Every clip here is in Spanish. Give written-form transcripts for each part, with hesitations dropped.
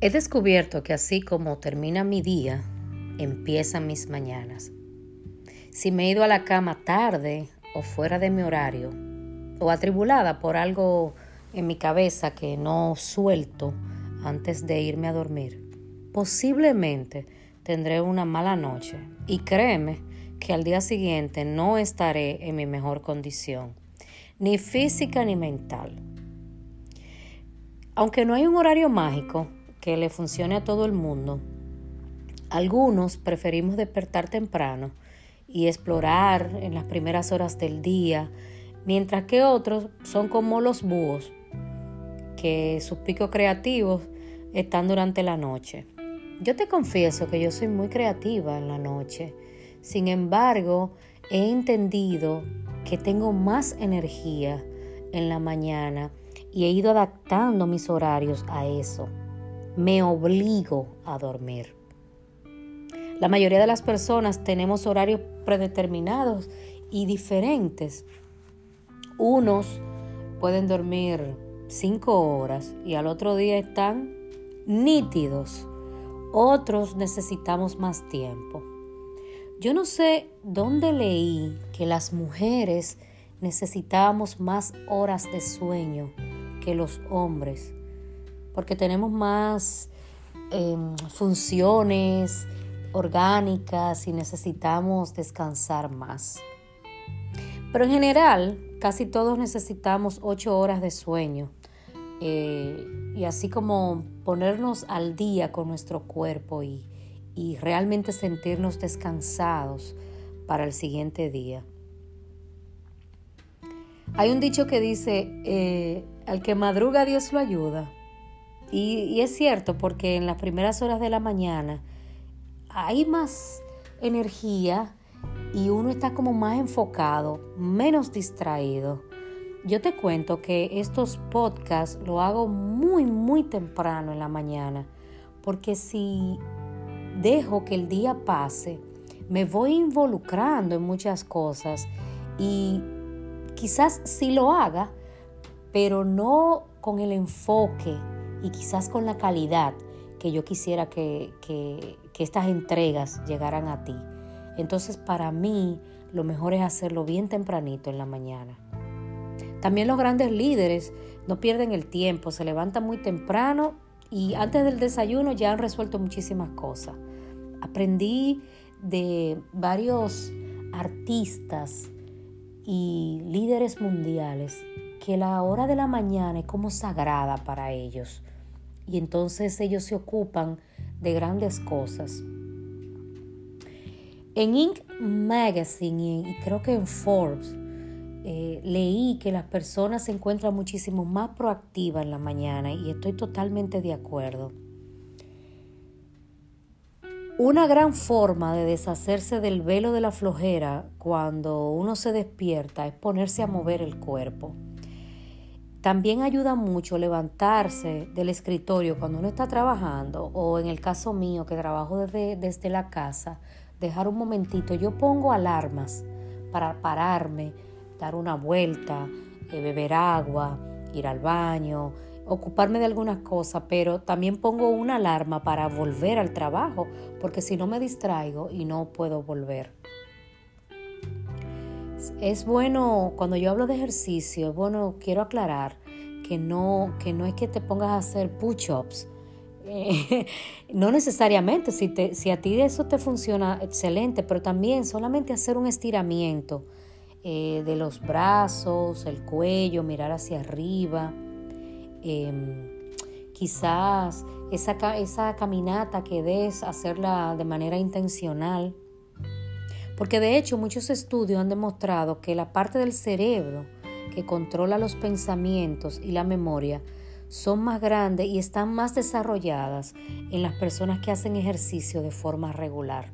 He descubierto que así como termina mi día, empiezan mis mañanas. Si me he ido a la cama tarde o fuera de mi horario, o atribulada por algo en mi cabeza que no suelto antes de irme a dormir, posiblemente tendré una mala noche y créeme que al día siguiente no estaré en mi mejor condición, ni física ni mental. Aunque no hay un horario mágico que le funcione a todo el mundo, algunos preferimos despertar temprano y explorar en las primeras horas del día, mientras que otros son como los búhos, que sus picos creativos están durante la noche. Yo te confieso que yo soy muy creativa en la noche. Sin embargo, he entendido que tengo más energía en la mañana y he ido adaptando mis horarios a eso. Me obligo a dormir. La mayoría de las personas tenemos horarios predeterminados y diferentes. Unos pueden dormir 5 horas y al otro día están nítidos. Otros necesitamos más tiempo. Yo no sé dónde leí que las mujeres necesitábamos más horas de sueño que los hombres, porque tenemos más funciones orgánicas y necesitamos descansar más. Pero en general, casi todos necesitamos 8 horas de sueño y así como ponernos al día con nuestro cuerpo y realmente sentirnos descansados para el siguiente día. Hay un dicho que dice, al que madruga Dios lo ayuda. Y es cierto, porque en las primeras horas de la mañana hay más energía y uno está como más enfocado, menos distraído. Yo te cuento que estos podcasts lo hago muy temprano en la mañana, porque si dejo que el día pase, me voy involucrando en muchas cosas y quizás sí lo haga, pero no con el enfoque y quizás con la calidad que yo quisiera que estas entregas llegaran a ti. Entonces, para mí, lo mejor es hacerlo bien tempranito en la mañana. También los grandes líderes no pierden el tiempo, se levantan muy temprano y antes del desayuno ya han resuelto muchísimas cosas. Aprendí de varios artistas y líderes mundiales que la hora de la mañana es como sagrada para ellos. Y entonces ellos se ocupan de grandes cosas. En Inc. Magazine y creo que en Forbes leí que las personas se encuentran muchísimo más proactivas en la mañana y estoy totalmente de acuerdo. Una gran forma de deshacerse del velo de la flojera cuando uno se despierta es ponerse a mover el cuerpo. También ayuda mucho levantarse del escritorio cuando uno está trabajando o en el caso mío que trabajo desde la casa, dejar un momentito. Yo pongo alarmas para pararme, dar una vuelta, beber agua, ir al baño, ocuparme de algunas cosas, pero también pongo una alarma para volver al trabajo, porque si no me distraigo y no puedo volver. Es bueno, cuando yo hablo de ejercicio, bueno, quiero aclarar que no es que te pongas a hacer push-ups. No necesariamente, si a ti eso te funciona, excelente, pero también solamente hacer un estiramiento de los brazos, el cuello, mirar hacia arriba. Quizás esa caminata que des, hacerla de manera intencional. Porque de hecho muchos estudios han demostrado que la parte del cerebro que controla los pensamientos y la memoria son más grandes y están más desarrolladas en las personas que hacen ejercicio de forma regular.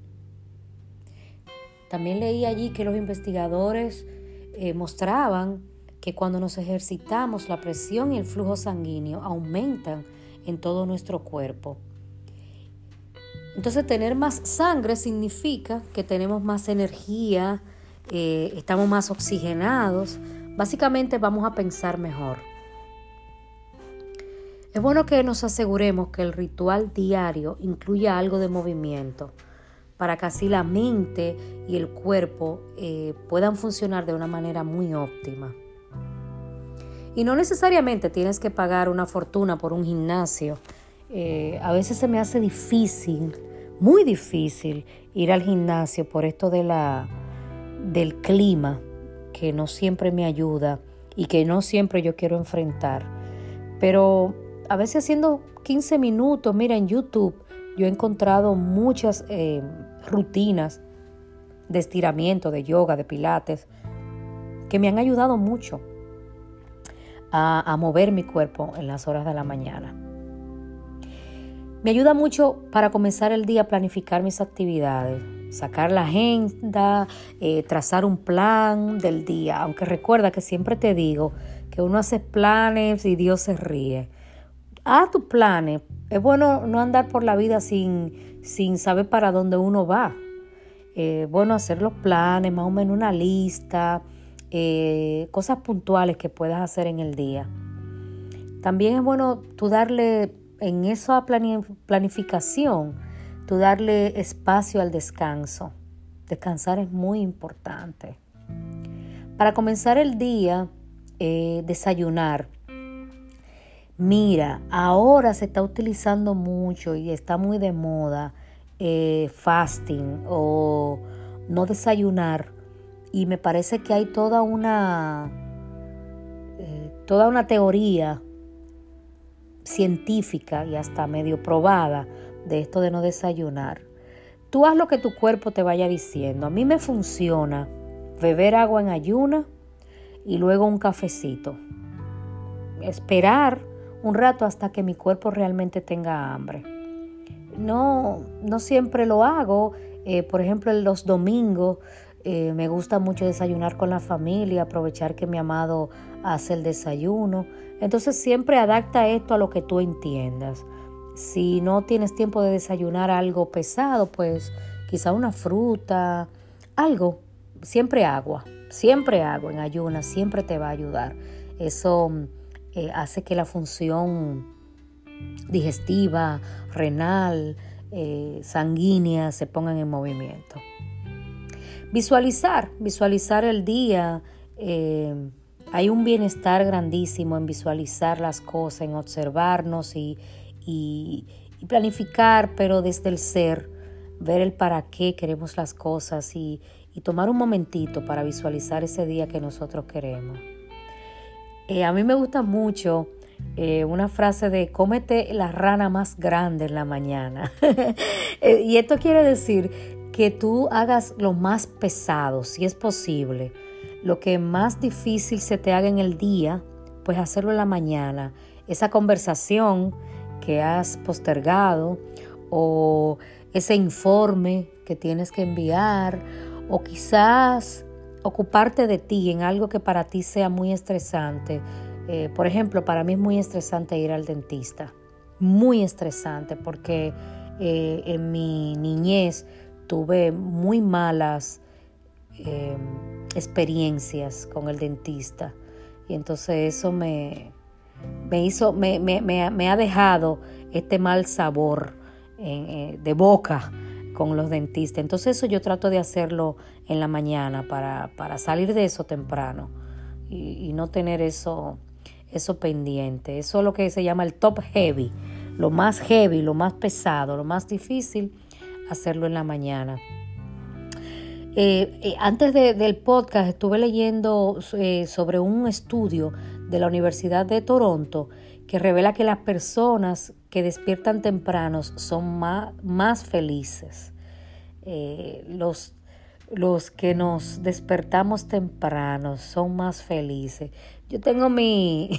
También leí allí que los investigadores mostraban que cuando nos ejercitamos la presión y el flujo sanguíneo aumentan en todo nuestro cuerpo. Entonces tener más sangre significa que tenemos más energía, estamos más oxigenados, básicamente vamos a pensar mejor. Es bueno que nos aseguremos que el ritual diario incluya algo de movimiento para que así la mente y el cuerpo puedan funcionar de una manera muy óptima. Y no necesariamente tienes que pagar una fortuna por un gimnasio. A veces se me hace difícil, muy difícil, ir al gimnasio por esto del clima, que no siempre me ayuda y que no siempre yo quiero enfrentar. Pero a veces haciendo 15 minutos, mira, en YouTube yo he encontrado muchas rutinas de estiramiento, de yoga, de pilates, que me han ayudado mucho a mover mi cuerpo en las horas de la mañana. Me ayuda mucho para comenzar el día a planificar mis actividades, sacar la agenda, trazar un plan del día. Aunque recuerda que siempre te digo que uno hace planes y Dios se ríe. Haz tus planes. Es bueno no andar por la vida sin saber para dónde uno va. Bueno, hacer los planes, más o menos una lista, cosas puntuales que puedas hacer en el día. También es bueno tú darle, en esa planificación, tú darle espacio al descanso. Descansar es muy importante. Para comenzar el día, desayunar. Mira, ahora se está utilizando mucho y está muy de moda fasting o no desayunar. Y me parece que hay toda una teoría científica y hasta medio probada de esto de no desayunar. Tú haz lo que tu cuerpo te vaya diciendo. A mí me funciona beber agua en ayuna y luego un cafecito. Esperar un rato hasta que mi cuerpo realmente tenga hambre. No siempre lo hago. Por ejemplo, en los domingos me gusta mucho desayunar con la familia, aprovechar que mi amado hace el desayuno. Entonces siempre adapta esto a lo que tú entiendas. Si no tienes tiempo de desayunar algo pesado, pues quizá una fruta, algo. Siempre agua en ayunas, siempre te va a ayudar. Eso hace que la función digestiva, renal, sanguínea se pongan en movimiento. Visualizar el día. Hay un bienestar grandísimo en visualizar las cosas, en observarnos y planificar, pero desde el ser, ver el para qué queremos las cosas y tomar un momentito para visualizar ese día que nosotros queremos. A mí me gusta mucho una frase de cómete la rana más grande en la mañana. Y esto quiere decir que tú hagas lo más pesado, si es posible. Lo que más difícil se te haga en el día, pues hacerlo en la mañana. Esa conversación que has postergado o ese informe que tienes que enviar o quizás ocuparte de ti en algo que para ti sea muy estresante. Por ejemplo, para mí es muy estresante ir al dentista. Muy estresante porque en mi niñez tuve muy malas experiencias con el dentista. Y entonces eso me ha dejado este mal sabor de boca con los dentistas. Entonces eso yo trato de hacerlo en la mañana para salir de eso temprano y no tener eso pendiente. Eso es lo que se llama el top heavy, lo más heavy, lo más pesado, lo más difícil, hacerlo en la mañana. Antes del podcast estuve leyendo sobre un estudio de la Universidad de Toronto que revela que las personas que despiertan tempranos son más felices. Los que nos despertamos temprano son más felices. Yo tengo mi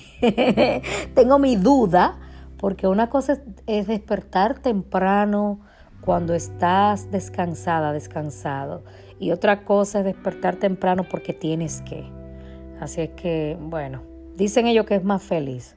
duda, porque una cosa es despertar temprano cuando estás descansado. Y otra cosa es despertar temprano porque tienes que. Así es que, bueno, dicen ellos que es más feliz.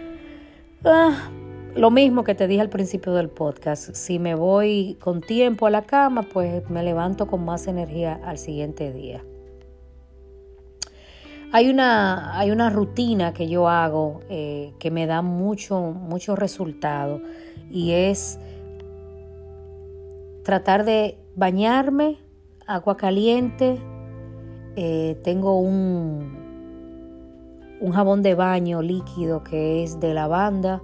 Lo mismo que te dije al principio del podcast. Si me voy con tiempo a la cama, pues me levanto con más energía al siguiente día. Hay una rutina que yo hago que me da mucho resultado, y es tratar de bañarme, agua caliente. Tengo un jabón de baño líquido que es de lavanda.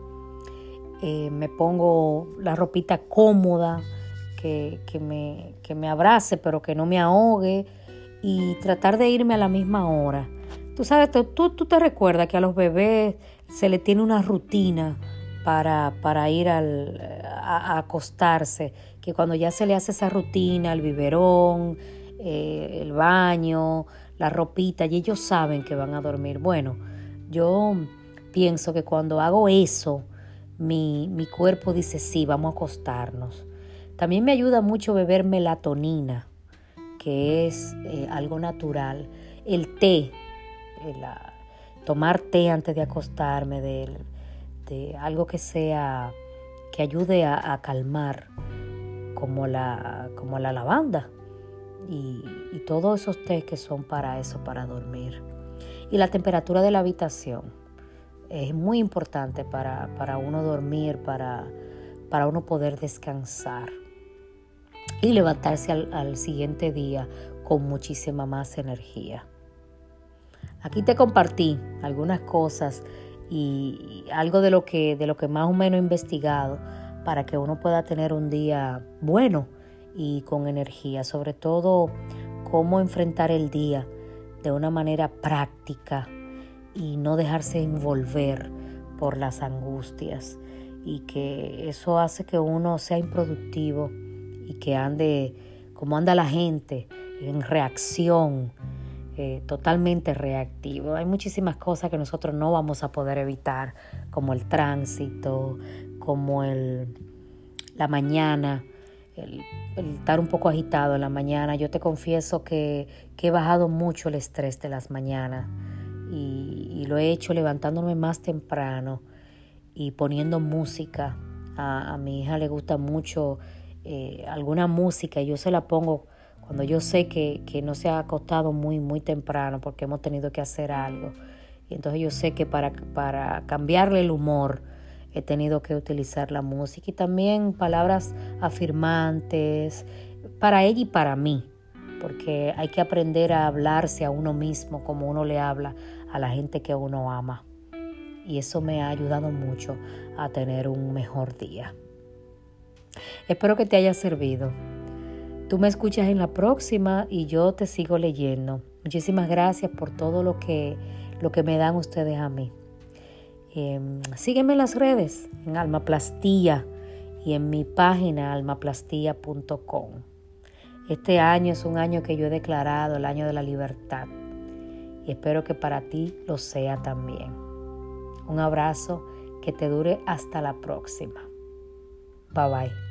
Me pongo la ropita cómoda que me abrace pero que no me ahogue, y tratar de irme a la misma hora. Tú sabes, tú te recuerdas que a los bebés se les tiene una rutina para ir a acostarse, que cuando ya se le hace esa rutina, el biberón, el baño, la ropita, y ellos saben que van a dormir. Bueno, yo pienso que cuando hago eso, mi cuerpo dice, sí, vamos a acostarnos. También me ayuda mucho beber melatonina, que es algo natural. El té, tomar té antes de acostarme, de algo que sea, que ayude a calmar, como la lavanda y todos esos tés que son para eso, para dormir. Y la temperatura de la habitación es muy importante para uno dormir, para uno poder descansar y levantarse al siguiente día con muchísima más energía. Aquí te compartí algunas cosas y algo de lo que más o menos he investigado para que uno pueda tener un día bueno y con energía. Sobre todo, cómo enfrentar el día de una manera práctica y no dejarse envolver por las angustias, y que eso hace que uno sea improductivo y que ande como anda la gente, en reacción, totalmente reactivo. Hay muchísimas cosas que nosotros no vamos a poder evitar, como el tránsito, como la mañana, el estar un poco agitado en la mañana. Yo te confieso que he bajado mucho el estrés de las mañanas, y lo he hecho levantándome más temprano y poniendo música. A mi hija le gusta mucho alguna música, y yo se la pongo cuando yo sé que no se ha acostado muy temprano porque hemos tenido que hacer algo. Y entonces yo sé que para cambiarle el humor he tenido que utilizar la música, y también palabras afirmantes para ella y para mí, porque hay que aprender a hablarse a uno mismo como uno le habla a la gente que uno ama. Y eso me ha ayudado mucho a tener un mejor día. Espero que te haya servido. Tú me escuchas en la próxima y yo te sigo leyendo. Muchísimas gracias por todo lo que me dan ustedes a mí. Sígueme en las redes, en Almaplastía, y en mi página almaplastía.com. Este año es un año que yo he declarado el año de la libertad, y espero que para ti lo sea también. Un abrazo que te dure hasta la próxima. Bye bye.